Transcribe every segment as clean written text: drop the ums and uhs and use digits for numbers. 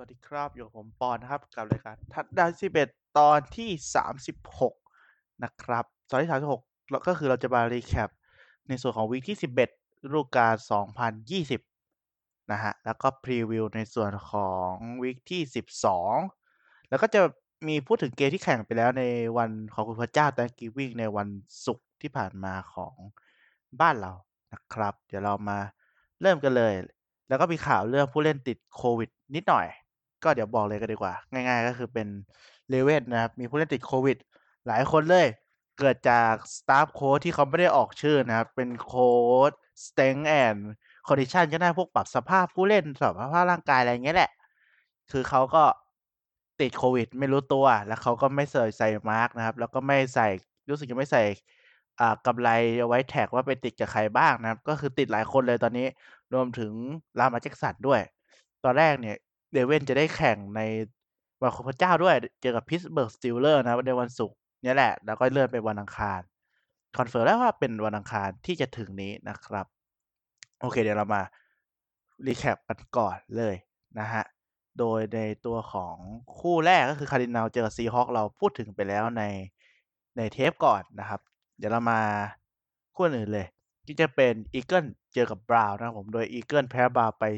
วัสดีครับอยู่กับผมปอนนะครับกับรายการทัดดาว11ตอนที่36นะครับตอนที่36แล้วก็คือเราจะมารีแคปในส่วนของวีคที่11ฤดูกาล2020นะฮะแล้วก็พรีวิวในส่วนของวีคที่12แล้วก็จะมีพูดถึงเกมที่แข่งไปแล้วในวันของคุณพระเจ้า Thanksgiving ในวันศุกร์ที่ผ่านมาของบ้านเรานะครับเดี๋ยวเรามาเริ่มกันเลย แล้วก็มีข่าวเรื่องผู้เล่นติดโควิดนิดหน่อย ก็เดี๋ยวบอกเลยกันดีกว่า ง่ายๆก็คือเป็นเลเว่นนะครับ มีผู้เล่นติดโควิดหลายคนเลย เกิดจากสตาฟโค้ชที่เขาไม่ได้ออกชื่อนะครับ เป็นโค้ช strength and condition ก็ได้พวกปรับสภาพผู้เล่นสภาพร่างกายอะไรอย่างเงี้ยแหละ คือเขาก็ติดโควิดไม่รู้ตัว แล้วเขาก็ไม่ใส่มาร์กนะครับ แล้วก็ไม่ใส่รู้สึกจะไม่ใส่กำไรเอาไว้แท็กว่าไปติดกับใครบ้างนะครับ ก็คือติดหลายคนเลยตอนนี้ รวมถึงลามาแจ็กสันด้วย ตอนแรกเนี่ยเดวินจะได้แข่งในวันของพระเจ้าด้วย เจอกับพิ t เบิร์กสตีลเลอร์นะในวันศุกร์เนี่ยแหละ แล้วก็เลื่อนไปวันอังคารคอนเฟิร์มแล้วว่าเป็นวันอังคารที่จะถึงนี้นะครับ โอเคเดี๋ยวเรามารีแคปกันก่อนเลยนะฮะ โดยในตัวของคู่แรกก็คือคาร์ดินัลเจอกับซีฮอคเราพูดถึงไปแล้วในเทปก่อนนะครับ เดี๋ยวเรามาคู่อื่นเลย ที่จะเป็นอีเกิลเจอกับบราวน์นะครับผมโดยอีเกิลแพ้บราวน์ไป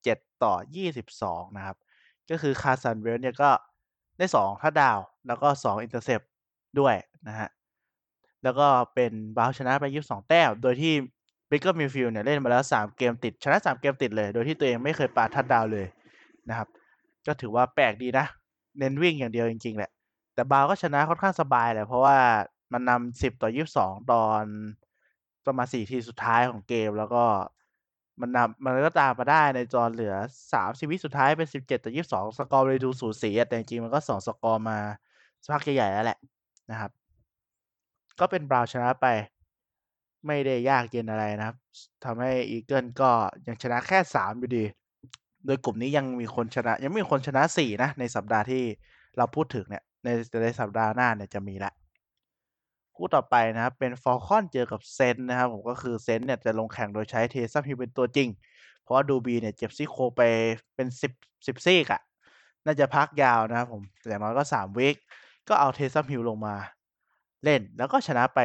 17-22นะครับก็คือคาร์สันเวลเนี่ยก็ได้2ทัชดาวน์แล้วก็2อินเตอร์เซปด้วยนะฮะแล้วก็เป็นบราวน์ชนะไป22แต้มโดยที่เบเกอร์มิลฟิลด์เนี่ยเล่นมาแล้ว3เกมติดชนะ3เกมติดเลยโดยที่ตัวเองไม่เคยปาทัชดาวน์เลยนะครับก็ถือว่าแปลกดีนะเน้นวิ่งอย่างเดียวจริงๆแหละแต่บราวน์ก็ชนะค่อนข้างสบายแหละเพราะว่ามันนำ10-22ตอนประมาณ4ทีสุดท้ายของเกมแล้วก็มันก็ตามมาได้ในตอนเหลือ30วิสุดท้ายเป็น17-22สกอร์เลยดูสูสีแต่จริงๆมันก็2สกอร์มาสักพักใหญ่ๆแล้วแหละนะครับก็เป็นบราวน์ชนะไปไม่ได้ยากเย็นอะไรนะครับทำให้อีเกิลก็ยังชนะแค่3อยู่ดีโดยกลุ่มนี้ยังไม่มีคนชนะ4นะในสัปดาห์ที่เราพูดถึงเนี่ยในสัปดาห์หน้าเนี่ยจะมีแล้ว คู่ต่อไปนะครับเป็น Falcon เจอกับเซนนะครับผมก็คือเซนเนี่ยจะลงแข่งโดยใช้เทซัมฮิลเป็นตัวจริง เพราะว่าดูบีเนี่ยเจ็บซี่โครงไปเป็น10ซีกอะน่าจะพักยาวนะครับผมอย่างน้อยก็3วีคก็เอาเทซัมฮิลลงมาเล่นแล้วก็ชนะไป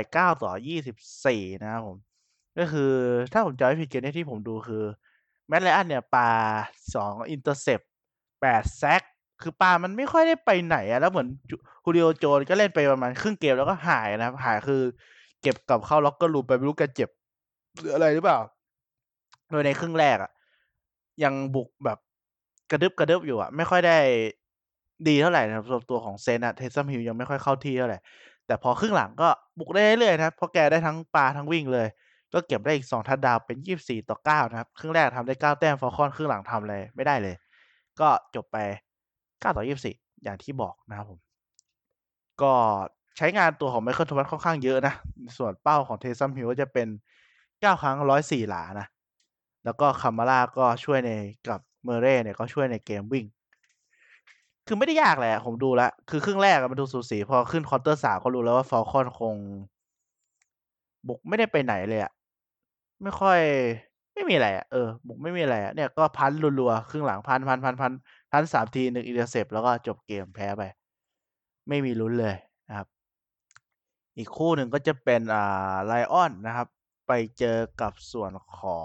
9-24นะครับผมก็คือถ้าผมจำไม่ผิดเกมนี้ที่ผมดูคือแมตต์ไรอันเนี่ยปา2อินเตอร์เซป8แซก คือปามันไม่ค่อยได้ไปไหนอะแล้วเหมือนฮูริโอโจนก็เล่นไปประมาณครึ่งเกมแล้วก็หายนะครับหายคือเก็บกลับเข้าล็อกเกอร์รูมไปไม่รู้แกเจ็บหรืออะไรหรือเปล่าโดยในครึ่งแรกอะยังบุกแบบกระดึ๊บอยู่อะไม่ค่อยได้ดีเท่าไหร่นะครับสำหรับตัวของเซนต์อะเทซัมฮิลยังไม่ค่อยเข้าที่เท่าไหร่แต่พอครึ่งหลังก็บุกได้เรื่อยๆนะครับเพราะแกได้ทั้งปาทั้งวิ่งเลยก็เก็บได้อีก2ทัชดาวน์เป็น24-9นะครับครึ่งแรกทำได้9แต้ม Falcons ครึ่งหลังทำอะไรไม่ได้เลยก็จบไป9-24อย่างที่บอกนะครับผมก็ใช้งานตัวของ Michael Thomas ค่อนข้างเยอะนะส่วนเป้าของ Taysom Hill ก็จะเป็น9ครั้ง104หลานะแล้วก็ Kamara ก็ช่วยกับ Murray เนี่ยก็ช่วยในเกมวิ่งคือไม่ได้ยากเลยอะผมดูแล้วคือครึ่งแรกอะมันดูสูสีพอขึ้น Quarter 3ก็รู้แล้วว่า Falcons คงบุกไม่ได้ไปไหนเลยอะไม่ค่อยไม่มีอะไรอะบุกไม่มีอะไรอะเนี่ยก็พันต์รัวๆครึ่งหลังพันต์ๆๆๆพันต์3ที1 intercept แล้วก็จบเกมแพ้ไปไม่มีลุ้นเลยนะครับ อีกคู่หนึ่งก็จะเป็นLion นะครับไปเจอกับส่วนของ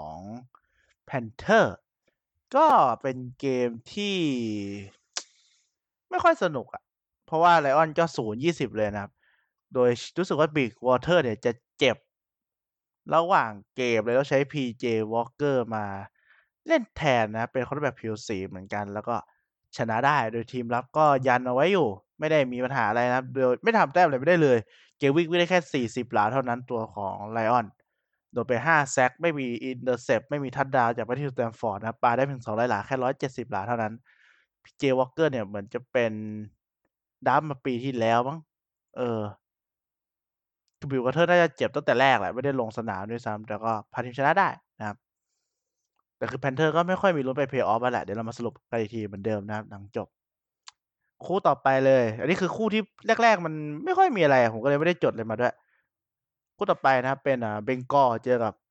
Panther ก็เป็นเกมที่ไม่ค่อยสนุกอะเพราะว่า Lion ก็0-20เลยนะครับโดยรู้สึกว่า Bridgewater เนี่ยจะเจ็บระหว่างเกมเลยต้องใช้ PJ Walker มาเล่นแทนนะครับเป็น quarterback ผิวสีเหมือนกันแล้วก็ชนะได้โดยทีมรับก็ยันเอาไว้อยู่ไม่ได้มีปัญหาอะไรนะครับโดยไม่ทำแต้มอะไรไม่ได้เลย เกมวิ่งได้แค่40หลาเท่านั้นตัวของ Lion โดนไป5แซกไม่มีอินเตอร์เซปไม่มีทัชดาวน์จาก Matthew Stafford นะครับปาได้เพียง200หลาแค่170หลาเท่านั้น PJ Walker เนี่ยเหมือนจะเป็นดัมป์มาปีที่แล้วมั้งเออคือ Bridgewater น่าจะเจ็บตั้งแต่แรกแหละไม่ได้ลงสนามด้วยซ้ำแต่ก็พาทีมชนะได้นะครับแต่คือ Panther ก็ไม่ค่อยมีลุ้นไป Play-off แล้วแหละเดี๋ยวเรามาสรุปกันอีกทีเหมือนเดิมนะครับหลังจบคู่ต่อไปเลยอันนี้คือคู่ที่แรกๆมันไม่ค่อยมีอะไรอะผมก็เลยไม่ได้จดอะไรมาด้วย คู่ต่อไปนะครับเป็นเบงกอลเจอกับ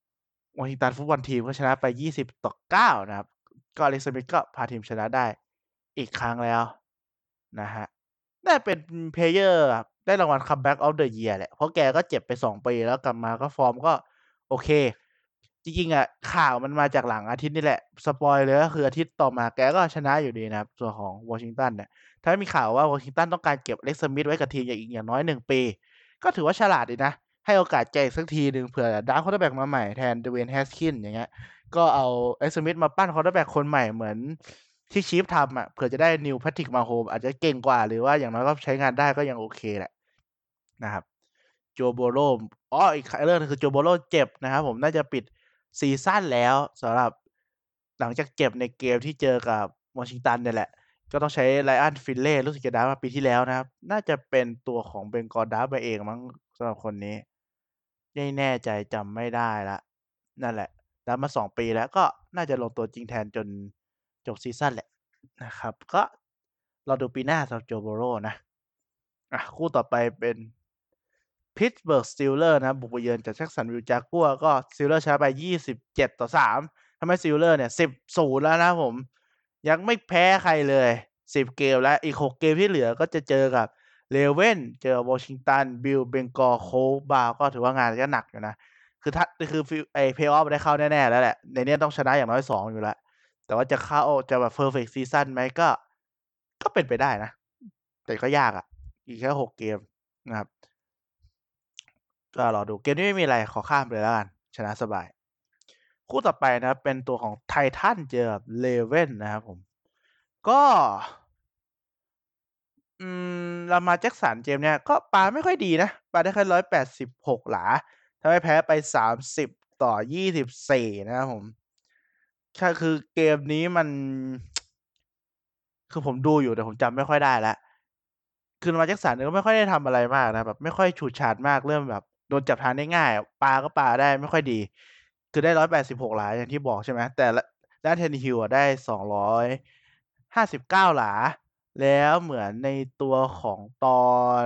วอชิงตันฟุตบอลทีมก็ชนะไป20-9นะครับก็อเล็กซ์สมิธก็พาทีมชนะได้อีกครั้งแล้วนะฮะน่าเป็นเพลเยอร์ได้รางวัล Comeback of the Year แหละเพราะแกก็เจ็บไป2 ปีแล้วกลับมาก็ฟอร์มก็โอเคจริงๆข่าวมันมาจากหลังอาทิตย์นี่แหละสปอยเลยก็คืออาทิตย์ต่อมาแกก็ชนะอยู่ดีนะครับส่วนของวอชิงตันเนี่ยถ้ามีข่าวว่าวอชิงตันต้องการเก็บอเล็กซ์ สมิธไว้กับทีมอย่างน้อย1 ปีก็ถือว่าฉลาดดีนะให้โอกาสแกอีกสักทีหนึ่งเผื่อดราฟต์ควอเตอร์แบ็กมาใหม่แทน Dwayne Haskins อย่างเงี้ยก็เอาอเล็กซ์ สมิธมาปั้นควอเตอร์แบ็กคนใหม่เหมือนที่ Chiefs ทำเผื่อจะได้ Neil Patrick Mahomes อาจจะเก่งกว่าหรือว่าอย่างน้อยก็ใช้งานได้ก็ยังโอเคแหละนะครับโจโบโลอีกเรื่องนึงคือโจโบโลเจ็บนะครับผมน่าจะปิดซีซั่นแล้วสำหรับหลังจากเจ็บในเกมที่เจอกับวอชิงตันเนี่ยแหละก็ต้องใช้ไ r อ a นฟิ l เล่รู้สึกจะดราฟมาปีที่แล้วนะครับน่าจะเป็นตัวของเบงกอลดราฟมาเองมั้งสำหรับคนนี้ไม่แน่ใจจำไม่ได้แล้วนั่นแหละดราฟมา2 ปีแล้วก็น่าจะลงตัวจริงแทนจนจบซีซั่นแหละนะครับก็รอดูปีหน้าสำหรับโจโบโรนะคู่ต่อไปเป็น Pittsburgh Steelers นะครับบุกไปเยือนจาก Jacksonville Jaguars ก็ Steelers ชนะไป27-3ทำให้ Steelers เนี่ย10-0แล้วนะครับผมยังไม่แพ้ใครเลย10เกมแล้วอีก6เกมที่เหลือก็จะเจอกับ Ravens เจอ Washington Bills Bengals Colts Browns ก็ถือว่างานก็หนักอยู่นะคือPlayoff ได้เข้าแน่ๆแล้วแหละในนี้ต้องชนะอย่างน้อย2อยู่แล้วแต่ว่าจะเข้าจะแบบ Perfect Season ไหมก็เป็นไปได้นะแต่ก็ยากอีกแค่6เกมนะครับ ก็รอดูเกมนี้ไม่มีอะไรขอข้ามเลยแล้วกันชนะสบายคู่ต่อไปนะครับเป็นตัวของไททันเจอกับเลเว่นนะครับผมก็ลามาแจ็กสันเกมเนี้ยก็ปาไม่ค่อยดีนะปาได้แค่186หลาทำให้แพ้ไป30-24นะครับผมใช่คือเกมนี้มันคือผมดูอยู่แต่ผมจำไม่ค่อยได้แล้วคือลามาแจ็กสันก็ไม่ค่อยได้ทำอะไรมากนะแบบไม่ค่อยฉูดฉาดมากเริ่มแบบโดนจับทางได้ง่ายปาก็ปาได้ไม่ค่อยดีคือได้186หลาอย่างที่บอกใช่ไหมแต่ละด้านเทนฮิลได้259หลาแล้วเหมือนในตัวของตอน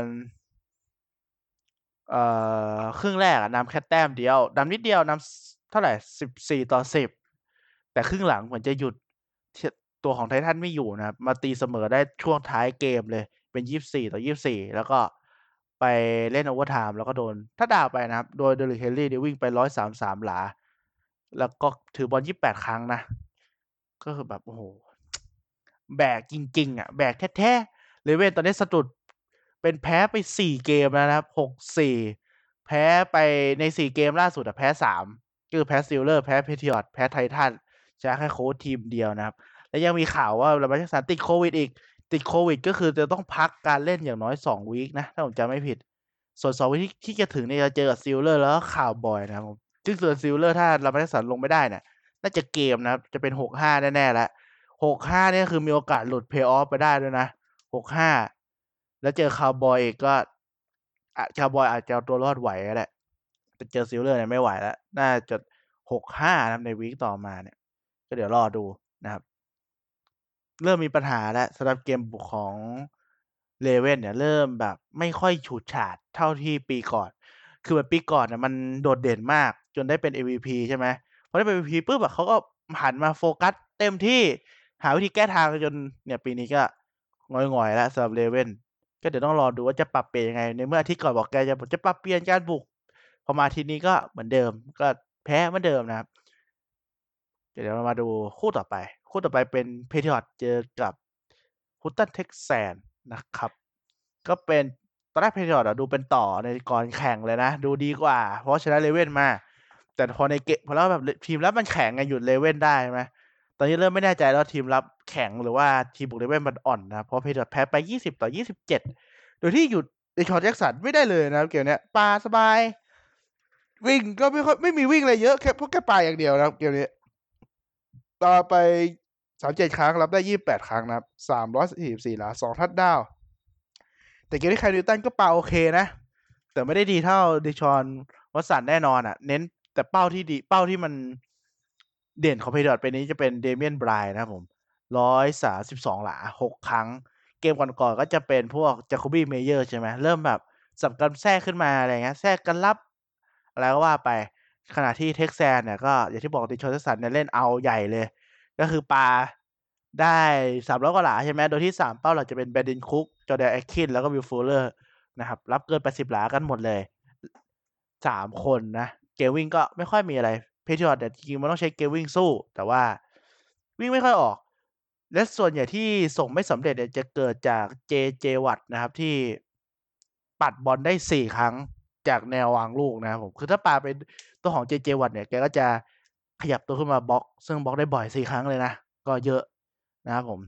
ครึ่งแรกนำแค่แต้มเดียวนำนิดเดียวนำเท่าไหร่14-10แต่ครึ่งหลังเหมือนจะหยุดตัวของไททันไม่อยู่นะครับมาตีเสมอได้ช่วงท้ายเกมเลยเป็น24-24แล้วก็ไปเล่นโอเวอร์ไทม์แล้วก็โดนถ้าดาวไปนะครับโดยเดริกเฮนรี่วิ่งไป133หลาแล้วก็ถือบอล28ครั้งนะก็คือแบบโอ้โหแบกจริงๆแบกแท้ๆเลเว่นตอนนี้สะดุดเป็นแพ้ไป4เกมแล้วนะครับ6-4แพ้ไปใน4เกมล่าสุดแพ้3คือแพ้ Steelers แพ้ Patriots แพ้ Titans ชนะแค่โค้ชทีมเดียวนะครับและยังมีข่าวว่าลามาร์แจ็กสันติดโควิดอีกติดโควิดก็คือจะต้องพักการเล่นอย่างน้อย2วีกนะถ้าผมจำไม่ผิดส่วน2วีกที่จะถึงเนี่ยจะเจอกับ Steelers แล้วก็ Cowboys นะครับผมซึ่งส่วน Steelers ถ้าลามาร์แจ็กสันลงไม่ได้เนี่ยน่าจะเกมนะครับจะเป็น6-5แน่ๆแล้ว6-5เนี่ยคือมีโอกาสหลุด Playoff ไปได้ด้วยนะ6-5แล้วเจอ Cowboys อีกก็Cowboys อาจจะเอาตัวรอดไหวก็ได้แต่เจอ Steelers เนี่ยไม่ไหวแล้วน่าจะ6-5นะครับในวีกต่อมาเนี่ยก็เดี๋ยวรอดูนะครับเริ่มมีปัญหาแล้วสำหรับเกมบุกของเลเว่นเนี่ยเริ่มแบบไม่ค่อยฉูดฉาดเท่าที่ปีก่อนคือแบบปีก่อนเนี่ยมันโดดเด่นมากจนได้เป็น MVP ใช่ไหมพอได้เป็น MVP ปุ๊บเขาก็หันมาโฟกัสเต็มที่หาวิธีแก้ทางจนเนี่ยปีนี้ก็หงอยๆแล้วสำหรับเลเว่นก็เดี๋ยวต้องรอดูว่าจะปรับเปลี่ยนยังไงในเมื่ออาทิตย์ก่อนบอกแกจะปรับเปลี่ยนการบุกพอมาอาทิตย์นี้ก็เหมือนเดิมก็แพ้เหมือนเดิมนะครับ เดี๋ยวเรามาดูคู่ต่อไปคู่ต่อไปเป็น Patriots เจอกับ Houston Texans นะครับก็เป็นตอนแรก Patriots ดูเป็นต่อในก่อนแข่งเลยนะดูดีกว่าเพราะชนะ Ravens มาแต่พอในเกมพอแล้วแบบทีมรับมันแข็งไงหยุด Ravens ได้ใช่ไหมตอนนี้เริ่มไม่แน่ใจแล้วทีมรับแข็งหรือว่าทีมบุก Ravens มันอ่อนนะเพราะ Patriots แพ้ไป20-27โดยที่หยุด DeSean Jackson ไม่ได้เลยนะครับเกมเนี้ยปาสบายวิ่งก็ไม่มีวิ่งอะไรเยอะแค่พวกแค่ปาอย่างเดียวนะครับเกมนี้ ต่อไป37ครั้งรับได้28ครั้งนะครับ344หลา2ทัชดาวน์แต่เกมที่ไคลนิวตันก็เป่าโอเคนะแต่ไม่ได้ดีเท่าดิชอนวัตสันแน่นอนเน้นแต่เป้าที่ดีเป้าที่มันเด่นของเพดอดเป็นนี้จะเป็นเดเมียนไบรน์นะครับผม132หลา6ครั้งเกมก่อนๆก็จะเป็นพวกจาโคบี้เมเยอร์ใช่ไหมเริ่มแบบสับกันแทรกขึ้นมาอะไรเงี้ยแทรกกันรับอะไรก็ว่าไปขณะที่เท็กซัสเนี่ยก็อย่างที่บอกดิชอนวัตสันเนี่ยเล่นเอาใหญ่เลย ก็คือปาได้300กว่าหลาใช่ไหมโดยที่3เป้าหลักจะเป็น Brandin Cooks Jordan Atkins แล้วก็ Will Fuller นะครับรับเกิน80หลากันหมดเลย3คนนะเกมวิ่งก็ไม่ค่อยมีอะไร Patriots เนี่ยจริงๆมันต้องใช้เกมวิ่งสู้แต่ว่าวิ่งไม่ค่อยออกและส่วนใหญ่ที่ส่งไม่สำเร็จเนี่ยจะเกิดจาก JJ Watt นะครับที่ปัดบอลได้4ครั้งจากแนววางลูกนะครับผมคือถ้าปาเป็นตัวของ JJ Watt เนี่ยแกก็จะขยับตัวขึ้นมาบล็อกซึ่งบล็อกได้บ่อย4ครั้งเลยนะก็เยอะนะครับผม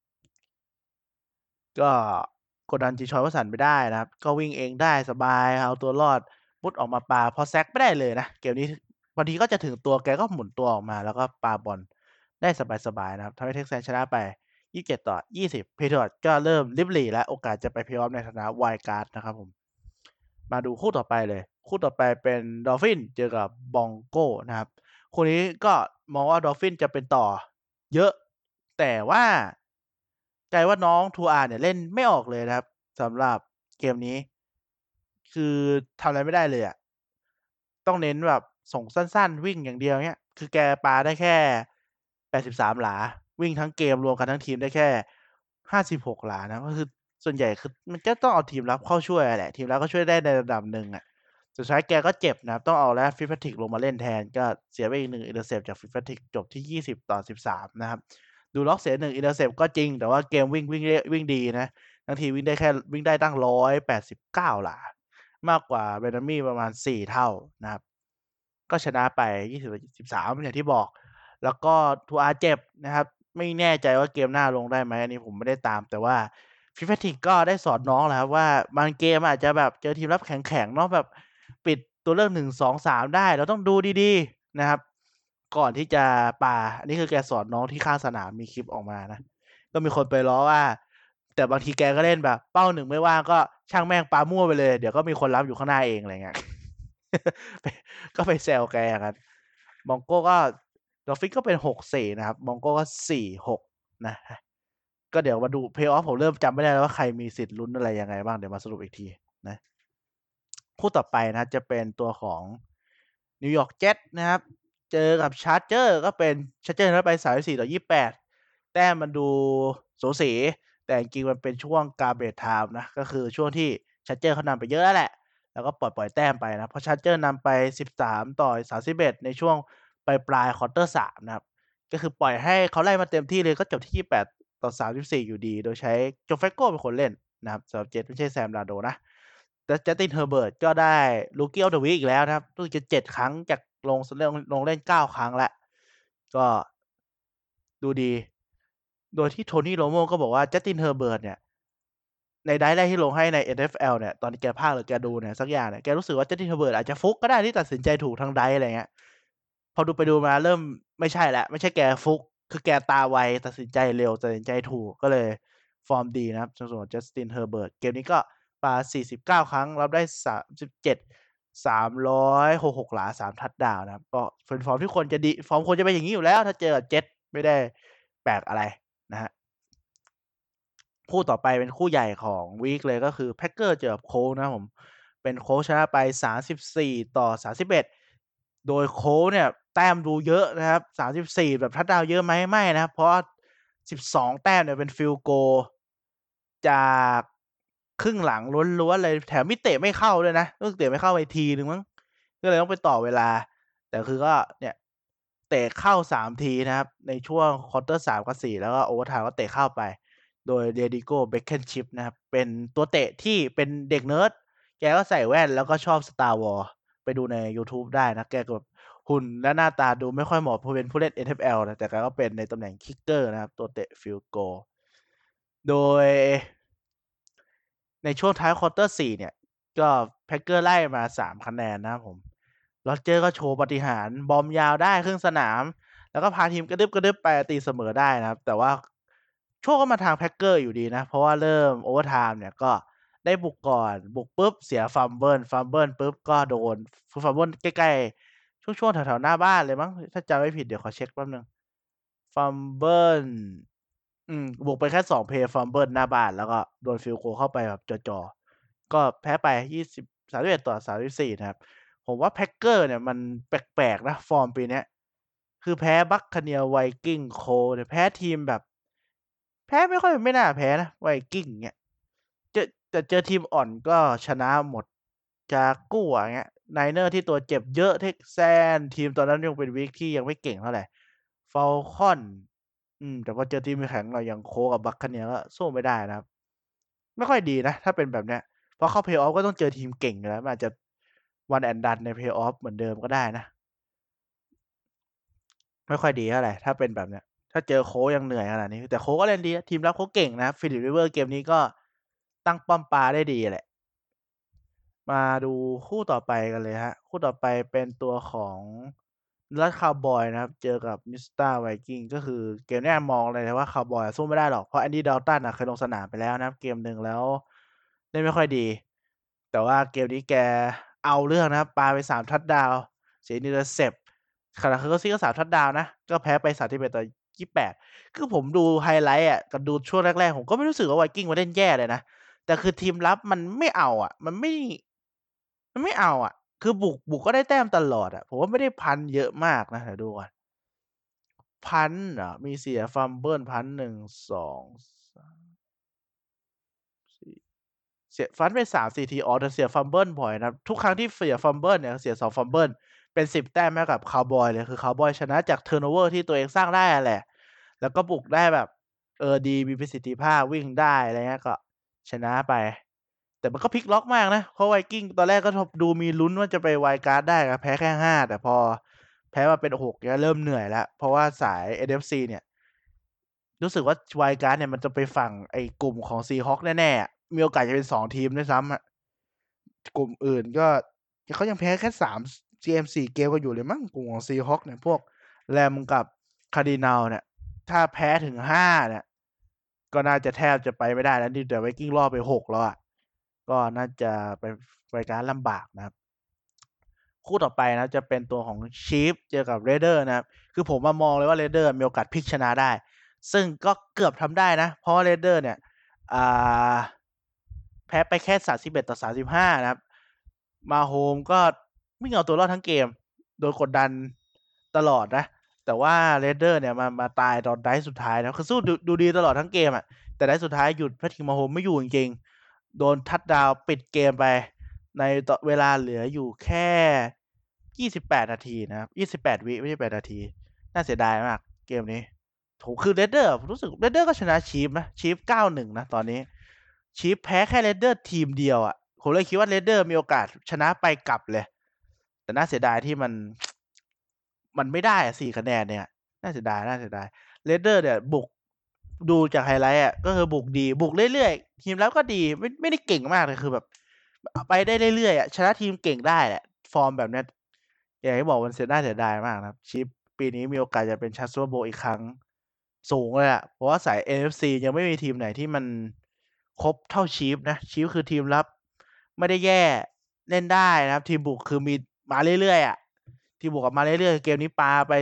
ก็กดดันจีชอยวัสันไม่ได้นะครับก็วิ่งเองได้สบายเอาตัวรอดมุดออกมาปาพอแซกไม่ได้เลยนะเกมนี้บางทีก็จะถึงตัวแกก็หมุนตัวออกมาแล้วก็ปาบอลได้สบายๆนะครับทำให้เท็กซัสชนะไป27-20เพเทอร์ก็เริ่มริบหรี่และโอกาสจะไปเพลย์ออฟในฐานะไวล์การ์ดนะครับผมมาดูคู่ต่อไปเลยคู่ต่อไปเป็นดอลฟินเจอกับบองโก้นะครับคู่นี้ก็มองว่าดอลฟินจะเป็นต่อเยอะแต่ว่ากลายว่าน้องทูอาร์เนี่ยเล่นไม่ออกเลยนะครับสำหรับเกมนี้คือทำอะไรไม่ได้เลยอะต้องเน้นแบบส่งสั้นๆวิ่งอย่างเดียวเงี้ยคือแกปาได้แค่83หลาวิ่งทั้งเกมรวมกันทั้งทีมได้แค่56หลานะก็คือส่วนใหญ่คือมันก็ต้องเอาทีมรับเข้าช่วยแหละทีมรับก็ช่วยได้ในระดับหนึ่งอะสุดท้ายแกก็เจ็บนะครับต้องเอาแล้ว Fitzpatrick ลงมาเล่นแทนก็เสียไปอีก1 intercept จาก Fitzpatrick จบที่20-13นะครับ ดูล็อกเสีย1 intercept ก็จริงแต่ว่าเกมวิ่งดีนะทั้งทีวิ่งได้ตั้ง189หลามากกว่าเบน a มี่ประมาณ4เท่านะครับก็ชนะไป20-13อย่างที่บอกแล้วก็ทูอาร์เจ็บนะครับไม่แน่ใจว่าเกมหน้าลงได้ไหมอันนี้ผมไม่ได้ตามแต่ว่าฟิฟติกก็ได้สอนน้องแล้วครับว่าบางเกมอาจจะแบบเจอทีมรับแข็งๆเนาะแบบปิดตัวเลือก1 2 3ได้เราต้องดูดีๆนะครับ ก่อนที่จะปาอันนี้คือแกสอนน้องที่ข้างสนามมีคลิปออกมานะก็มีคนไปล้อว่าแต่บางทีแกก็เล่นแบบเป้า1ไม่ว่างก็ช่างแม่งปามั่วไปเลยเดี๋ยวก็มีคนรับอยู่ข้างหน้าเองอะไรเงี้ยก็ไปแซวแกอย่างนั้นมองโก้ก็ดอฟฟินก็เป็น6-4นะครับมองโก้ก็4-6นะก็เดี๋ยวมาดูเพย์ออฟผมเริ่มจำไม่ได้แล้วว่าใครมีสิทธิ์ลุ้นอะไรยังไงบ้างเดี๋ยวมาสรุปอีกทีนะคู่ต่อไปนะจะเป็นตัวของนิวยอร์กเจ็ตนะครับ เจอกับชาร์เจอร์ก็เป็นชาร์เจอร์ชนะไป34-28แต้มมันดูสูสีแต่จริงๆมันเป็นช่วง garbage time นะก็คือช่วงที่ชาร์เจอร์เขานำไปเยอะแล้วแหละแล้วก็ปล่อยแต้มไปนะเพราะชาร์เจอร์นำไป13-31ในช่วงปลายควอเตอร์3นะครับก็คือปล่อยให้เขาไล่มาเต็มที่เลยก็จบที่28-34อยู่ดีโดยใช้โจเฟโก้เป็นคนเล่นนะครับสำหรับเจ็ตไม่ใช่แซมลาโดนะ แล้วจัสตินเฮอร์เบิร์ตก็ได้ Rookie of the Week อีกแล้วนะครับรู้สึกจะ7ครั้งจากลงเล่น9ครั้งแล้วก็ดูดี โดยที่โทนี่โรโมก็บอกว่าจัสตินเฮอร์เบิร์ตเนี่ยในไดร์แรกที่ลงให้ใน NFL เนี่ยตอนที่แกพากย์หรือแกดูเนี่ยสักอย่างเนี่ยแกรู้สึกว่าจัสตินเฮอร์เบิร์ตอาจจะฟุกก็ได้ที่ตัดสินใจถูกทั้งไดร์อะไรเงี้ยพอดูไปดูมาเริ่มไม่ใช่แล้วไม่ใช่แกฟุกคือแกตาไวตัดสินใจเร็วตัดสินใจถูกก็เลยฟอร์มดีนะครับส่วนจัสตินเฮอร์เบิร์ตเกมนี้ก็ปา49ครั้งรับได้37 366หลา3ทัชดาวน์นะครับก็เป็นฟอร์มที่ควรจะดีฟอร์มควรจะเป็นอย่างนี้อยู่แล้วถ้าเจอกับเจ็ตไม่ได้แปลกอะไรนะฮะคู่ต่อไปเป็นคู่ใหญ่ของวีคเลยก็คือแพ็คเกอร์เจอกับโค้ชนะครับผมเป็นโค้ชชนะไป34-31โดยโค้ชเนี่ยแต้มดูเยอะนะครับ34แบบทัชดาวน์เยอะไหมไม่นะครับเพราะ12แต้มเนี่ยเป็นฟิลโกจากครึ่งหลังล้วนๆเลยแถมมิเตะไม่เข้าด้วยนะรู้สึกเตะไม่เข้าไปทีหนึ่งมั้งก็เลยต้องไปต่อเวลาแต่คือก็เนี่ยเตะเข้า3ทีนะครับในช่วงควอเตอร์3กับ4แล้วก็โอเวอร์ไทม์ก็เตะเข้าไปโดย Diego Blankenship นะครับเป็นตัวเตะที่เป็นเด็กเนิร์ดแกก็ใส่แว่นแล้วก็ชอบ Star Wars ไปดูในยูทูบได้นะแกก็แบบหุ่นและหน้าตาดูไม่ค่อยเหมาะเพราะเป็นผู้เล่น NFL นะแต่แกก็เป็นในตำแหน่งคิกเกอร์นะครับตัวเตะ Field Goal โดยในช่วงท้ายควอเตอร์4เนี่ยก็แพ็คเกอร์ไล่มา3คะแนนนะครับผมโรเจอร์ก็โชว์ปาฏิหาริย์บอมยาวได้ครึ่งสนามแล้วก็พาทีมกระดึบไปตีเสมอได้นะครับแต่ว่าโชคก็มาทางแพ็คเกอร์อยู่ดีนะเพราะว่าเริ่มโอเวอร์ไทม์เนี่ยก็ได้บุกก่อนบุกปุ๊บเสียฟัมเบิลปุ๊บก็โดนฟัมเบิลใกล้ๆช่วงแถวๆหน้าบ้านเลยมั้งถ้าจำไม่ผิดเดี๋ยวขอเช็คแป๊บนึงฟัมเบิล บุกไปแค่2เพย์ฟัมเบิลหน้าบ้านแล้วก็โดน field goal เข้าไปแบบจ่อๆก็แพ้ไป31-34นะครับผมว่า Packers เนี่ยมันแปลกๆนะฟอร์มปีเนี้ยคือแพ้ Buccaneers Vikings Colts เนี่ยแพ้ทีมแบบแพ้ไม่น่าแพ้นะไวกิ้งเงี้ยแต่เจอทีมอ่อนก็ชนะหมดจากัวเงี้ยไนเนอร์ที่ตัวเจ็บเยอะเท็กซัสทีมตอนนั้นยังเป็นวีคที่ยังไม่เก่งเท่าไหร่ฟอลคอนแต่พอเจอทีมแข็งเราอย่างโคกับบัคคาเนียก็สู้ไม่ได้นะครับไม่ค่อยดีนะถ้าเป็นแบบเนี้ยพอเข้าเพลย์ออฟก็ต้องเจอทีมเก่งอยู่แล้วมันอาจจะวันแอนดันในเพลย์ออฟเหมือนเดิมก็ได้นะไม่ค่อยดีเท่าไหร่ถ้าเป็นแบบเนี้ยถ้าเจอโค้ชยังเหนื่อยขนาดนี้แต่โค้ชก็เล่นดีทีมรับเขาเก่งนะฟิลิปริเวอร์เกมนี้ก็ตั้งป้อมปราได้ดีแหละมาดูคู่ต่อไปกันเลยฮะคู่ต่อไปเป็นตัวของรัฐคาวบอยนะครับเจอกับมิสเตอร์ไวกิ้งก็คือเกมนี้มองเลยนะว่าคาวบอยสู้ไม่ได้หรอกเพราะแอนดี้ดัลตันเคยลงสนามไปแล้วนะครับเกมหนึ่งแล้วเล่นไม่ค่อยดีแต่ว่าเกมนี้แกเอาเรื่องนะครับปาไป3 ทัชดาวน์เสียอินเตอร์เซปขณะคือก็ซีก็3 ทัชดาวน์นะก็แพ้ไป31-28คือผมดูไฮไลท์กับดูช่วงแรกๆผมก็ไม่รู้สึกว่าไวกิ้งมาเล่นแย่เลยนะแต่คือทีมรับมันไม่เอามันไม่เอาคือบุกก็ได้แต้มตลอดผมว่าไม่ได้พันเยอะมากนะเดี๋ยวดูก่อนพันเหรอมีเสียฟัมเบิลพัน1 2 3 4เสียฟันไป3-4 ทีแต่เสียฟัมเบิลบ่อยนะทุกครั้งที่เสียฟัมเบิลเนี่ยเสีย2 ฟัมเบิลเป็น10 แต้มให้กับคาวบอยเลยคือคาวบอยชนะจากเทิร์นโอเวอร์ที่ตัวเองสร้างได้แหละแล้วก็บุกได้แบบดีมีประสิทธิภาพวิ่งได้อะไรเงี้ยก็ชนะไปแต่มันก็พลิกล็อกมากนะเพราะไวกิ้งตอนแรกก็ดูมีลุ้นว่าจะไปไวการ์ดได้ครับแพ้แค่5แต่พอแพ้มาเป็น6เนี่ยเริ่มเหนื่อยแล้วเพราะว่าสาย NFC เนี่ยรู้สึกว่าไวการ์ดเนี่ยมันจะไปฝั่งไอ้กลุ่มของซีฮอคแน่ๆมีโอกาสจะเป็น2 ทีมด้วยซ้ำกลุ่มอื่นก็เขายังแพ้แค่3 เกม 4 เกมก็อยู่เลยมั้งกลุ่มของซีฮอคเนี่ยพวกแรมกับคาร์ดินัลเนี่ยถ้าแพ้ถึง5เนี่ยก็น่าจะแทบจะไปไม่ได้แล้วนี่แต่ไวกิ้งรอบไป6แล้วก็น่าจะไปการลำบากนะครับคู่ต่อไปนะจะเป็นตัวของชีฟเจอกับเรเดอร์นะครับคือผมมามองเลยว่าเรเดอร์มีโอกาสพลิกชนะได้ซึ่งก็เกือบทำได้นะเพราะว่าเรเดอร์เนี่ยอ่าแพ้ไปแค่31-35นะครับมาโฮมก็วิ่งเอาตัวรอดทั้งเกมโดนกดดันตลอดนะแต่ว่าเรเดอร์เนี่ยมาตายตอนไดสุดท้ายนะคือสู้ดูดีตลอดทั้งเกมแต่ไดสุดท้ายหยุดเพราะทีมมาโฮมไม่อยู่จริงๆโดนทัดดาวปิดเกมไปในเวลาเหลืออยู่แค่28 นาทีนะครับ28 วิไม่ใช่8 นาทีน่าเสียดายมากเกมนี้โถคือเรเดอร์ผมรู้สึกเรเดอร์ก็ชนะชีฟนะชีฟ9-1นะตอนนี้ชีฟแพ้แค่เรเดอร์ทีมเดียวผมเลยคิดว่าเรเดอร์มีโอกาสชนะไปกลับเลยแต่น่าเสียดายที่มันไม่ได้4 คะแนนเนี่ยน่าเสียดายเรเดอร์เนี่ยบุกดูจากไฮไลท์ก็คือบุกดีบุกเรื่อยๆทีมแล้วก็ดีไม่ได้เก่งมากเลยคือแบบไปได้เรื่อยๆชนะทีมเก่งได้แหละฟอร์มแบบนี้อย่างที่บอกมันน่าเสียดายมากนะครับชิปปีนี้มีโอกาสจะเป็นแชมป์ซูเปอร์โบว์อีกครั้งสูงเลยเพราะว่าสาย NFC ยังไม่มีทีมไหนที่มันครบเท่าชีฟนะชีฟคือทีมรับไม่ได้แย่เล่นได้นะครับทีมบุกคือมีมาเรื่อยๆทีมบุกกลับมาเรื่อยๆเกมนี้ปาไป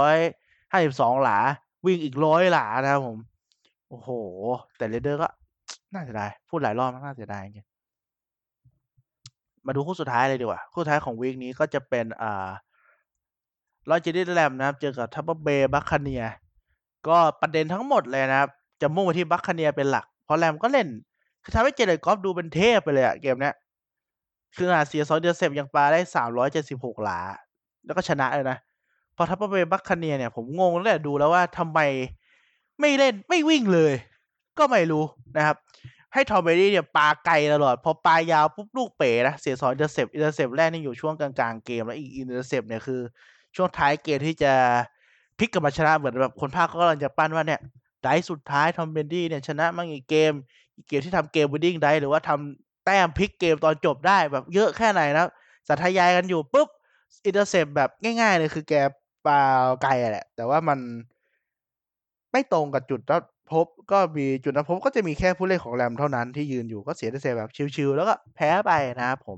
352หลาวิ่งอีก100 หลานะครับผมโอ้โหแต่เรเดอร์ก็น่าเสียดายพูดหลายรอบน่าเสียดายจริงมาดูคู่สุดท้ายเลยดีกว่าคู่สุดท้ายของวีคนี้ก็จะเป็นลอสแอนเจลิสแรมนะครับเจอกับทัมเปอร์เบย์บัคคาเนียก็ประเด็นทั้งหมดเลยนะครับจะมุ่งไปที่บัคคาเนียเป็นหลักเพราะแรมก็เล่นคือทำให้เจเรดกอล์ฟดูเป็นเทพไปเลยเกมเนี้ยคือเสีย2 เดือนเสร็จยังปาได้376หลาแล้วก็ชนะเลยนะพอทัมเปอร์เบย์บัคคาเนียเนี่ยผมงงตั้งแต่ดูแล้วว่าทำไมไม่เล่นไม่วิ่งเลยก็ไม่รู้นะครับให้ทอมเบรดี้เนี่ยปาไกลตลอดพอปายาวปุ๊บลูกเป๋นะเสีย2 อินเตอร์เซปแรกนี่อยู่ช่วงกลางๆเกมแล้วอีกอินเตอร์เซปเนี่ยคือช่วงท้ายเกมที่จะพลิกกลับมาชนะเหมือนแบบคนภาคก็กำลังจะปั้นว่าเนี่ยไดสุดท้ายทอมเบรดี้เนี่ยชนะมั่งอีกเกมที่ทำเกมวินนิ่งไดหรือว่าทำแต้มพลิกเกมตอนจบได้แบบเยอะแค่ไหนนะสาธยายกันอยู่ปุ๊บอินเตอร์เซปแบบง่ายๆเลยคือแกปาไกลแหละแต่ว่ามันไม่ตรงกับจุดนัดพบก็มีจุดนัดพบก็จะมีแค่ผู้เล่นของแรมเท่านั้นที่ยืนอยู่ก็เสียอินเตอร์เซปแบบชิวๆแล้วก็แพ้ไปนะครับผม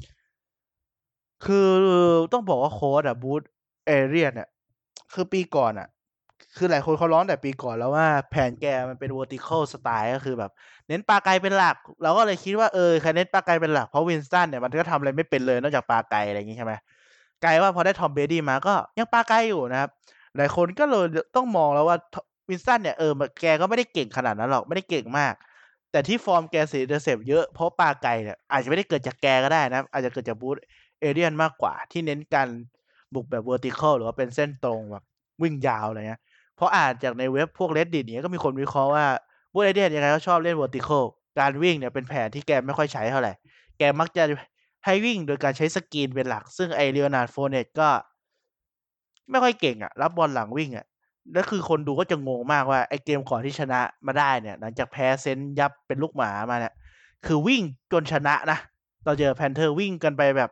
คือต้องบอกว่าโค้ชบูธเอเรียนเนี่ยคือปีก่อนคือหลายคนเขาร้องแต่ปีก่อนแล้วว่าแผนแกมันเป็น vertical style ก็คือแบบเน้นปาไกลเป็นหลักเราก็เลยคิดว่าใครเน้นปาไกลเป็นหลักเพราะวินสตันเนี่ยมันก็ทำอะไรไม่เป็นเลยนอกจากปาไกลอะไรอย่างงี้ใช่ไหมกลายว่าพอได้ทอมเบรดี้มาก็ยังปาไกลอยู่นะครับหลายคนก็เลยต้องมองแล้วว่าวินสันเนี่ยแกก็ไม่ได้เก่งขนาดนั้นหรอกไม่ได้เก่งมาก แต่ที่ฟอร์มแกเสียอินเตอร์เซปเยอะเพราะปาไกเนี่ยอาจจะไม่ได้เกิดจากแกก็ได้นะอาจจะเกิดจากบูธเอเรียนมากกว่าที่เน้นการบุกแบบ vertical หรือว่าเป็นเส้นตรงแบบวิ่งยาวอะไรเงี้ยเพราะอ่านจากในเว็บพวก Reddit เนี่ยก็มีคนวิเคราะห์ว่าบูธเอเรียนยังไงก็ชอบเล่น vertical การวิ่งเนี่ยเป็นแผนที่แกไม่ค่อยใช้เท่าไหร่แกมักจะให้วิ่งโดยการใช้สกรีนเป็นหลักซึ่งไอเรียนาร์ดโฟเนตก็ไม่ค่อยเก่งอ่ะรับบอลหลังวิ่งอ่ะ แล้วคือคนดูก็จะงงมากว่าไอ้เกมก่อนที่ชนะมาได้เนี่ยหลังจากแพ้เซนยับเป็นลูกหมามาเนี่ยคือวิ่งจนชนะนะเราเจอแพนเทอร์วิ่งกันไปแบบ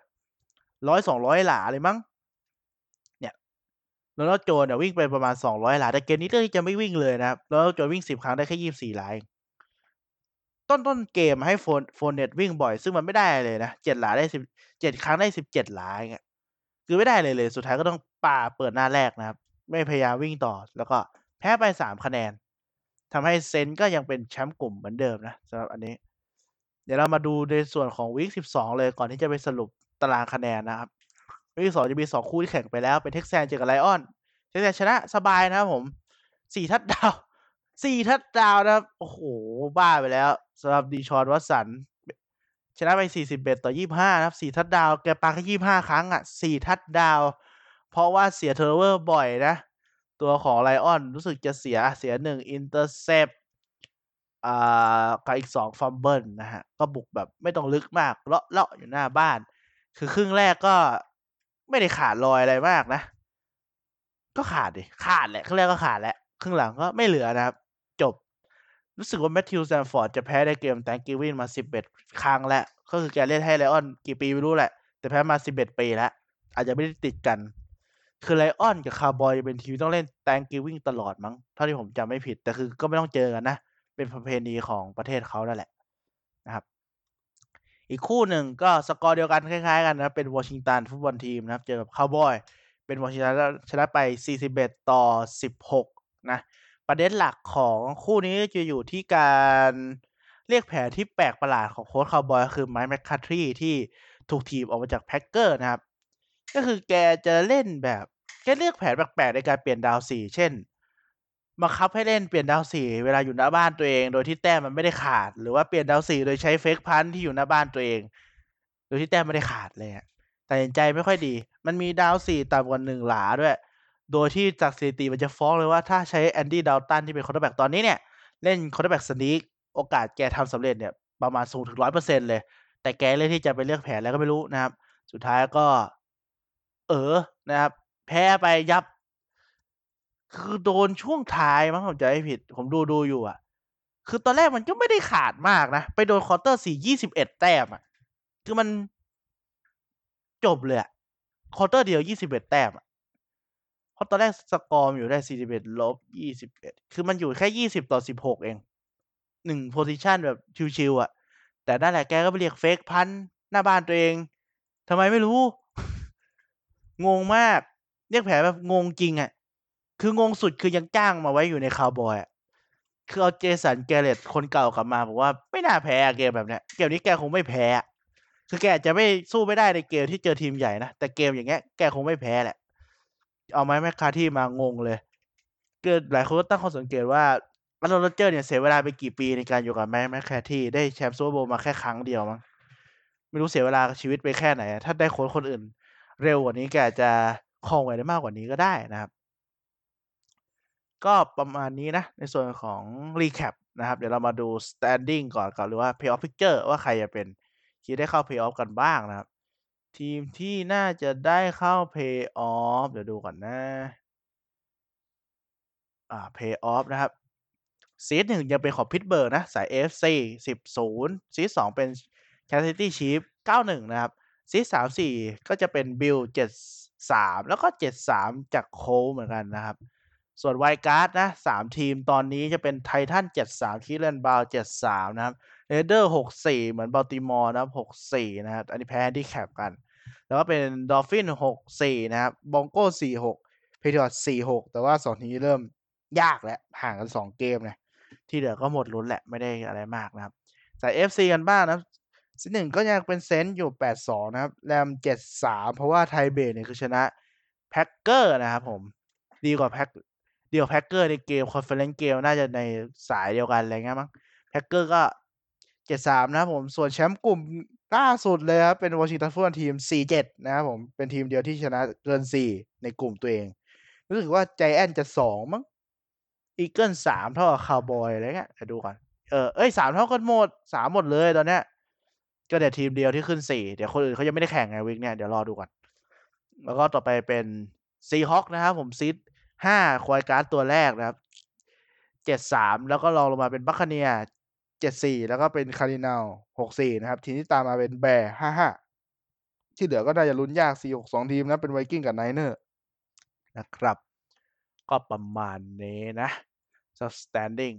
100-200หลาเลยมั้งเนี่ยแล้วโจนเนี่ยวิ่งไปประมาณ200หลาแต่เกมนี้เลือกที่จะไม่วิ่งเลยนะครับแล้วโจนวิ่ง10 ครั้งได้แค่24หลาเองต้นเกมให้โฟนเน็ตวิ่งบ่อยซึ่งมันไม่ได้เลยนะ7 หลาได้17 ครั้งได้17หลาอย่างเงี้ยคือไม่ได้เลยสุดท้ายก็ต้องป่าเปิดหน้าแรกนะครับไม่พยายามวิ่งต่อแล้วก็แพ้ไป3 คะแนน ทำให้เซนต์ก็ยังเป็นแชมป์กลุ่มเหมือนเดิมนะสำหรับอันนี้เดี๋ยวเรามาดูในส่วนของวีค12เลยก่อนที่จะไปสรุปตารางคะแนนนะครับวีค12จะมี2คู่ที่แข่งไปแล้วเป็นเท็กซัสเจอกับไลออนเท็กซัสชนะสบายนะครับผม4 ทัชดาวน์4 ทัชดาวน์นะครับโอ้โหบ้าไปแล้วสำหรับดีชอนวัตสันชนะไป41-25นะครับ4 ทัชดาวน์แกปาแค่25ครั้งอ่ะ4 ทัชดาวน์เพราะว่าเสียเทอร์เวอร์บ่อยนะ ตัวของไลออนรู้สึกจะเสีย1อินเตอร์เซปกับอีก2ฟัมเบิลนะฮะก็บุกแบบไม่ต้องลึกมากเลาะอยู่หน้าบ้านคือครึ่งแรกก็ไม่ได้ขาดลอยอะไรมากนะก็ขาดดิขาดแหละครึ่งแรกก็ขาดแล้วครึ่งหลังก็ไม่เหลือนะครับจบรู้สึกว่าแมทธิวแซมฟอร์ดจะแพ้ในเกม Thanksgiving มา11ครั้งแล้วก็คือแกเล่นให้ไลออนกี่ปีไม่รู้แหละแต่แพ้มา11ปีแล้วอาจจะไม่ได้ติดกัน คือไลออนกับคาร์บอยเป็นทีมต้องเล่น Thanksgiving ตลอดมั้งเท่าที่ผมจำไม่ผิดแต่คือก็ไม่ต้องเจอกันนะเป็นประเพณีของประเทศเขานั่นแหละนะครับอีกคู่หนึ่งก็สกอร์เดียวกันคล้ายๆกันนะเป็นวอชิงตันฟุตบอลทีมนะครับเจอกับคาวบอยเป็นวอชิงตันชนะไป41-16นะประเด็นหลักของคู่นี้จะอยู่ที่การเรียกแผนที่แปลกประหลาดของโค้ชคาวบอยคือไมค์แมคคาทรีที่ถูกทีมออกมาจากแพ็คเกอร์นะครับก็คือแกจะเล่นแบบแกเลือกแผนแปลกๆในการเปลี่ยนดาวสี่เช่นบังคับให้เล่นเปลี่ยนดาวสี่เวลาอยู่หน้าบ้านตัวเองโดยที่แต้มมันไม่ได้ขาดหรือว่าเปลี่ยนดาวสี่โดยใช้เฟกพันที่อยู่หน้าบ้านตัวเองโดยที่แต้มไม่ได้ขาดเลยอะตัดสินใจไม่ค่อยดีมันมีดาวสี่ต่ำกว่า1หลาด้วยโดยที่จากสถิติมันจะฟ้องเลยว่าถ้าใช้แอนดี้ดาวตันที่เป็นคอร์เตอร์แบ็กตอนนี้เนี่ยเล่นคอร์เตอร์แบ็กสนีกโอกาสแกทำสำเร็จเนี่ยประมาณสูงถึง100%เลยแต่แกเลือกที่จะไปเลือกแผนแล้วก็ไม่รู้นะครับสุดท้ายก็นะครับแพ้ไปยับคือโดนช่วงท้ายมั้งผมจำไม่ผิดผมดูอยู่อะคือตอนแรกมันก็ไม่ได้ขาดมากนะไปโดนควอเตอร์4 21แต้มอะคือมันจบเลยอะควอเตอร์เดียว21แต้มอะเพราะตอนแรกสกอร์มันอยู่ได้41-21คือมันอยู่แค่20-16เอง1 position แบบชิลๆอะแต่นั่นแหละแกก็ไปเรียก fake punt หน้าบ้านตัวเองทำไมไม่รู้ งงมากเรียกแผลแบบงงจริงอะคืองงสุดคือยังจ้างมาไว้อยู่ในคาวบอยอะคือเอาเจสันแกเรตคนเก่ากลับมาบอกว่าไม่น่าแพ้เกมแบบเนี้ยเกมนี้แกคงไม่แพ้คือแกจะไม่สู้ไม่ได้ในเกมที่เจอทีมใหญ่นะแต่เกมอย่างเงี้ยแกคงไม่แพ้แหละเอาไม้แมคคาที่มางงเลยเกิดหลายคนก็ตั้งข้อสังเกตว่าอารอนโรเจอร์เนี่ยเสียเวลาไปกี่ปีในการอยู่กับไม้แมคคาที่ได้แชมป์ซูเปอร์โบว์มาแค่ครั้งเดียวมั้งไม่รู้เสียเวลาชีวิตไปแค่ไหนถ้าได้โค้ชคนอื่นเร็วกว่านี้แกอาจจะครองไว้ได้มากกว่านี้ก็ได้นะครับ ก็ประมาณนี้นะในส่วนของ recap นะครับเดี๋ยวเรามาดู standing ก่อนกับหรือว่า playoff picture ว่าใครจะเป็นทีมได้เข้า playoff กันบ้างนะครับทีมที่น่าจะได้เข้า playoff เดี๋ยวดูก่อนนะplayoff นะครับซีด1ยังเป็นของ Pittsburgh นะสาย AFC 10-0ซีด2เป็น Kansas City Chiefs 9-1นะครับซีด3-4ก็จะเป็น Bills 7-3แล้วก็7-3จาก Colts เหมือนกันนะครับ ส่วนไวการ์ดนะ3ทีมตอนนี้จะเป็นไททัน7-3คลีฟแลนด์บราวน์7-3นะครับเรเดอร์6-4เหมือนบัลติมอร์นะครับ6-4นะครับอันนี้แพ้แฮนดิแคปกันแล้วก็เป็นดอลฟิน6-4นะครับบองโก้4-6เพเทียร์4-6แต่ว่า2ทีมนี้เริ่มยากแล้วห่างกัน2เกมเนี่ยที่เหลือก็หมดลุ้นแหละไม่ได้อะไรมากนะครับสาย FC กันบ้างนะซีหนึ่งก็ยังเป็นเซนต์อยู่8-2นะครับแรม7-3เพราะว่าไทเบรเนี่ยคือชนะแพ็คเกอร์นะครับผมดีกว่าเดียวแพ็กเกอร์ในเกมคอนเฟอเรนซ์เกมน่าจะในสายเดียวกันอะไรเงี้ยมั้งแพ็กเกอร์ก็7-3นะครับผมส่วนแชมป์กลุ่มล่าสุดเลยครับเป็นวอชิงตันฟุตบอลทีม4-7นะครับผมเป็นทีมเดียวที่ชนะเกิน4ในกลุ่มตัวเองรู้สึกว่าไจแอนท์จะ2มั้งอีเกิล3เท่ากับคาวบอยอะไรเงี้ยเดี๋ยวดูก่อน3เท่ากันหมด3หมดเลยตอนเนี้ยก็แต่ทีมเดียวที่ขึ้น4เดี๋ยวคนอื่นเขายังไม่ได้แข่งไงวีคเนี่ยเดี๋ยวรอดูก่อนแล้วก็ต่อไปเป็นซีฮอคนะครับผมซีด5ควายการ์ดตัวแรกนะครับ7-3แล้วก็รองลงมาเป็นบัคคาเนีย7-4แล้วก็เป็นคาร์ดินัล6-4นะครับทีมที่ตามมาเป็นแบร์5-5ที่เหลือก็น่าจะลุ้นยาก4-6 2ทีมนะเป็นไวกิ้งกับไนเนอร์นะครับก็ประมาณนี้นะ standing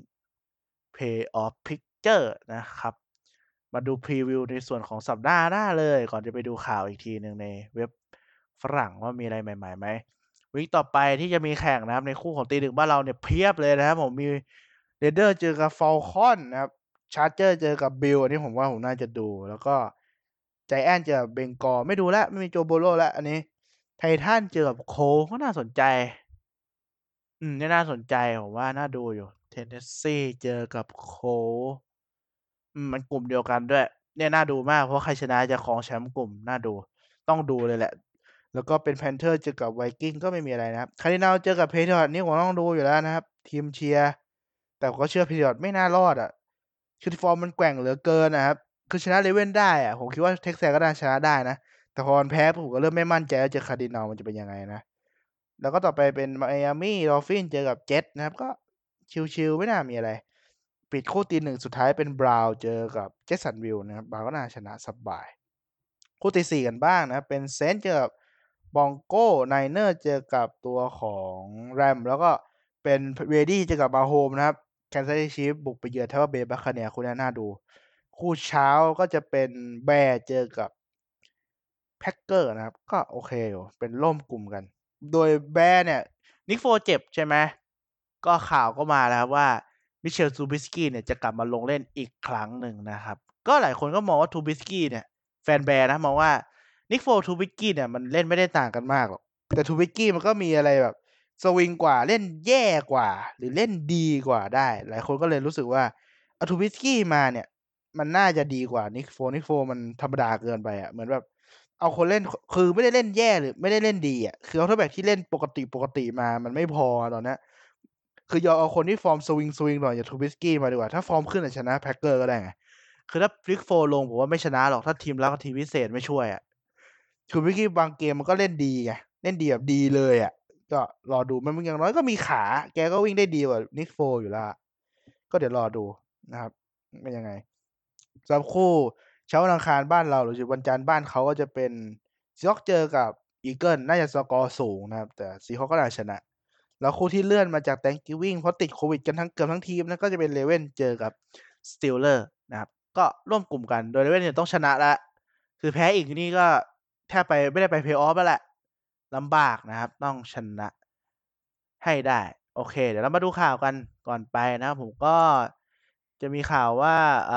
play off picture นะครับมาดูพรีวิวในส่วนของสัปดาห์หน้าเลยก่อนจะไปดูข่าวอีกทีหนึ่งในเว็บฝรั่งว่ามีอะไรใหม่ๆไหมวีคต่อไปที่จะมีแข่งนะครับในคู่ของตีหนึ่งบ้านเราเนี่ยเพียบเลยนะครับผมมีเรเดอร์เจอกับฟอลคอนนะครับชาร์เจอร์เจอกับบิลอันนี้ผมว่าผมน่าจะดูแล้วก็ใจแอนเจอกับเบงกอไม่ดูแล้วไม่มีโจโบโลแล้วอันนี้ไททันเจอกับโคก็น่าสนใจนี่น่าสนใจผมว่าน่าดูอยู่เทนเนสซีเจอกับโคมันกลุ่มเดียวกันด้วยเนี่ยน่าดูมากเพราะใครชนะจะครองแชมป์กลุ่มน่าดูต้องดูเลยแหละแล้วก็เป็นแพนเทอร์เจอกับไวกิ้งก็ไม่มีอะไรนะครับคาร์ดินัลเจอกับเพเทอร์นี่ผมต้องดูอยู่แล้วนะครับทีมเชียร์แต่ผมก็เชื่อเพเทอร์ไม่น่ารอดอ่ะคือฟอร์มมันแกว่งเหลือเกินนะครับคือชนะเลเว่นได้อ่ะผมคิดว่าเท็กซัสก็น่าชนะได้นะแต่พอมันแพ้ผมก็เริ่มไม่มั่นใจว่าเจอคาร์ดินัลมันจะเป็นยังไงนะแล้วก็ต่อไปเป็นไมอามี่ดอลฟินเจอกับเจ็ตนะครับก็ชิลๆไม่น่ามีอะไร ปิดคู่ตีหนึ่งสุดท้ายเป็นบราวน์เจอกับเจสันวิลนะครับบราวน์ก็น่าชนะสบายคู่ตีสี่กันบ้างนะครับเป็นเซนต์เจอกับบองโก้ไนเนอร์เจอกับตัวของแรมแล้วก็เป็นเรดี้เจอกับมาโฮมนะครับแคนซัสซิตี้ชีฟบุกไปเยือนเทมเปอร์เบย์บัคคาเนียคู่นี้น่าดูคู่เช้าก็จะเป็นแบร์เจอกับแพ็กเกอร์นะครับก็โอเคอยู่เป็นร่วมกลุ่มกัน โดยแบร์เนี่ยนิกโฟเจ็บใช่ไหมก็ข่าวก็มาแล้วครับว่ามิเชลทูบิสกี้เนี่ยจะกลับมาลงเล่นอีกครั้งหนึ่งนะครับก็หลายคนก็มองว่าทูบิสกี้เนี่ยแฟนแบร์นะมองว่านิกโฟทูบิสกี้เนี่ยมันเล่นไม่ได้ต่างกันมากหรอกแต่ทูบิสกี้มันก็มีอะไรแบบสวิงกว่าเล่นแย่กว่าหรือเล่นดีกว่าได้หลายคนก็เลยรู้สึกว่าเอาทูบิสกี้มาเนี่ยมันน่าจะดีกว่านิกโฟมันธรรมดาเกินไปอ่ะเหมือนแบบ เอาคนเล่นคือไม่ได้เล่นแย่หรือไม่ได้เล่นดีอ่ะคือเอาเท่าแบบที่เล่นปกติมามันไม่พอตอนเนี้ยคือยอมเอาคนที่ฟอร์มสวิงหน่อยอย่างทูบิสกี้มาดีกว่าถ้าฟอร์มขึ้นชนะแพ็กเกอร์ก็ได้ไงคือถ้าฟลิกโฟลงผมว่าไม่ชนะหรอกถ้าทีมรักกับทีมพิเศษไม่ช่วยอ่ะทูบิสกี้บางเกมมันก็เล่นดีไงเล่นดีแบบดีเลยอ่ะก็รอดูมันอย่างน้อยก็มีขาแกก็วิ่งได้ดีกว่านิกโฟอยู่แล้วก็เดี๋ยวรอดูนะครับเป็นยังไงสำหรับคู่เช้าวันอังคารบ้านเราหรือวันจันทร์บ้านเขาก็จะเป็น ซีฮอคเจอกับอีเกิลน่าจะสกอร์สูงนะครับแต่ซีฮอคก็น่าชนะแล้วคู่ที่เลื่อนมาจาก Thanksgiving เพราะติดโควิดกันเกือบทั้งทีมนะก็จะเป็นเลเว่นเจอกับสตีลเลอร์นะครับก็ร่วมกลุ่มกันโดยเลเว่นเนี่ยต้องชนะแล้วคือแพ้อีกนี่ก็แทบไปไม่ได้ไปเพลย์ออฟแล้วแหละลำบากนะครับต้องชนะให้ได้โอเคเดี๋ยวเรามาดูข่าวกันก่อนไปนะครับผมก็จะมีข่าวว่า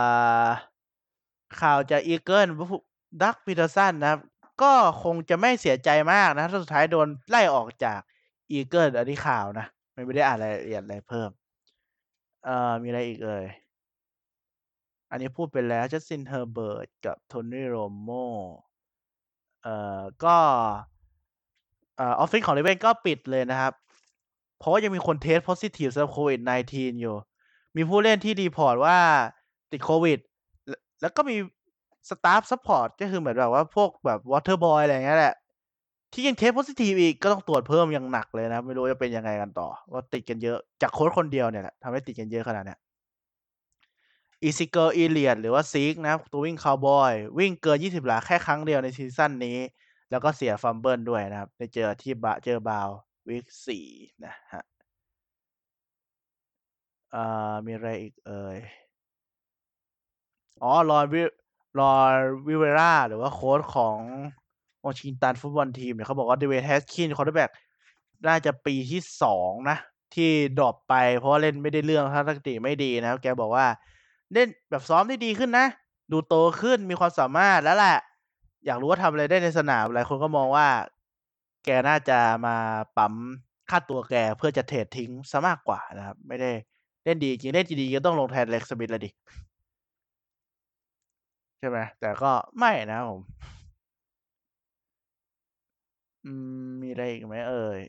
ข่าวจากอีเกิลดักปีเตอร์สันนะครับ ก็คงจะไม่เสียใจมากนะถ้าสุดท้ายโดนไล่ออกจากอีเกิลอันนี้ข่าวนะไม่ได้อ่านรายละเอียดอะไรเพิ่มมีอะไรอีกเอ่ยอันนี้พูดไปแล้วจัสตินเฮอร์เบิร์ตกับโทนี่โรโมก็ออฟฟิศของเลเว่นก็ปิดเลยนะครับเพราะว่ายังมีคนเทสโพซิทีฟสำหรับโควิด-19 อยู่มีผู้เล่นที่รีพอร์ตว่าติดโควิดแล้วก็มีสตาฟซัพพอร์ตก็คือเหมือนแบบว่าพวกแบบวอเตอร์บอยอะไรอย่างเงี้ยแหละที่ยังเทสโพซิทีฟอีกก็ต้องตรวจเพิ่มอย่างหนักเลยนะไม่รู้จะเป็นยังไงกันต่อว่าติดกันเยอะจากโค้ชคนเดียวเนี่ยแหละทำให้ติดกันเยอะขนาดเนี้ยอีซิเกิลอีเลียดหรือว่าซีกนะครับตัววิ่งคาวบอยวิ่งเกิน20หลาแค่ครั้งเดียวในซีซั่นนี้แล้วก็เสียฟัมเบิลด้วยนะครับไปเจอที่เจอบาววีค4นะฮะมีอะไรอีกเอ่ยอ๋อรอนวิเวราหรือว่าโค้ชของวอชิงตันฟุตบอลทีมเนี่ยเขาบอกว่าเดวิดแฮสคินคอร์เตอร์แบ็กน่าจะปีที่2นะที่ดรอปไปเพราะว่าเล่นไม่ได้เรื่องทัศนคติไม่ดีนะครับแกบอกว่าเล่นแบบซ้อมได้ดีขึ้นนะดูโตขึ้นมีความสามารถแล้วแหละอยากรู้ว่าทำอะไรได้ในสนามหลายคนก็มองว่าแกน่าจะมาปั๊มค่าตัวแกเพื่อจะเทรดทิ้งซะมากกว่านะครับไม่ได้เล่นดีจริงเล่นดีๆก็ต้องลงแทน Rex Smith แล้วดิใช่ไหมแต่ก็ไม่นะครับผมมีอะไรอีกไหมเอ่ย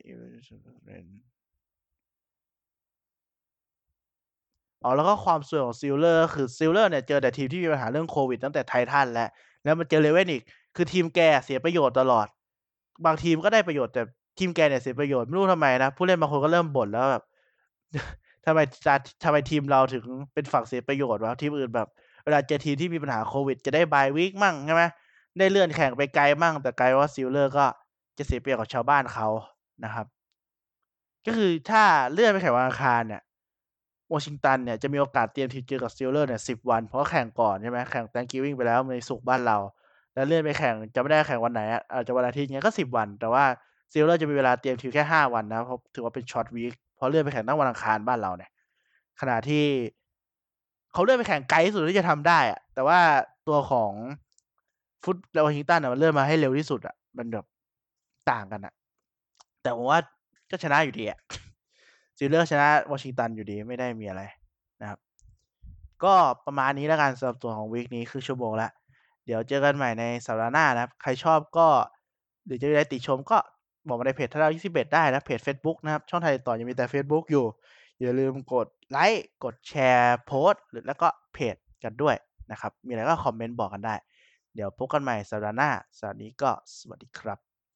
อ๋อแล้วก็ความซวยของซิลเลอร์ก็คือซิลเลอร์เนี่ยเจอแต่ทีมที่มีปัญหาเรื่องโควิดตั้งแต่ไททันแล้วมาเจอเลเว่นอีกคือทีมแกเสียประโยชน์ตลอดบางทีมก็ได้ประโยชน์แต่ทีมแกเนี่ยเสียประโยชน์ไม่รู้ทำไมนะผู้เล่นบางคนก็เริ่มบ่นแล้วแบบทำไมทำไมทีมเราถึงเป็นฝั่งเสียประโยชน์วะทีมอื่นแบบเวลาเจอทีมที่มีปัญหาโควิดจะได้บายวีคมั่งใช่ไหมได้เลื่อนแข่งไปไกลมั่งแต่กลายว่าซิลเลอร์ก็จะเสียเปรียบกับชาวบ้านเขานะครับ ก็คือถ้าเลื่อนไปแข่งวันอังคารเนี่ยวอชิงตันเนี่ยจะมีโอกาสเตรียมทีมเจอกับสตีลเลอร์เนี่ย10 วันเพราะแข่งก่อนใช่ไหมแข่ง Thanksgiving ไปแล้วในศุกร์บ้านเราแล้วเลื่อนไปแข่งจะไม่ได้แข่งวันไหนอาจจะวันอาทิตย์เงี้ยก็10 วันแต่ว่าสตีลเลอร์จะมีเวลาเตรียมทีมแค่5 วันนะเพราะถือว่าเป็นช็อตวีคเพราะเลื่อนไปแข่งตั้งวันอังคารบ้านเราเนี่ยขณะที่เขาเลื่อนไปแข่งไกลที่สุดที่จะทำได้อะแต่ว่าตัวของฟุตวอชิงตันมันเลื่อนมาให้เร็วที่สุดอะมันแบบต่างกันอะแต่ผมว่าก็ชนะอยู่ดีอะซีเลอร์ชนะวอชิงตันอยู่ดีไม่ได้มีอะไรนะครับก็ประมาณนี้แล้วกันสำหรับตัวของวีคนี้คือชั่วโมงแล้วเดี๋ยวเจอกันใหม่ในสัปดาห์หน้านะครับใครชอบก็หรือจะมีอะไรติชมก็บอกมาในเพจถ้าเรา21ได้นะเพจเฟซบุ๊กนะครับช่องไทยต่อยังมีแต่เฟซบุ๊กอยู่อย่าลืมกดไลค์กดแชร์โพสต์หรือแล้วก็เพจกันด้วยนะครับมีอะไรก็คอมเมนต์บอกกันได้เดี๋ยวพบกันใหม่สัปดาห์หน้าสวัสดีก็สวัสดีครับ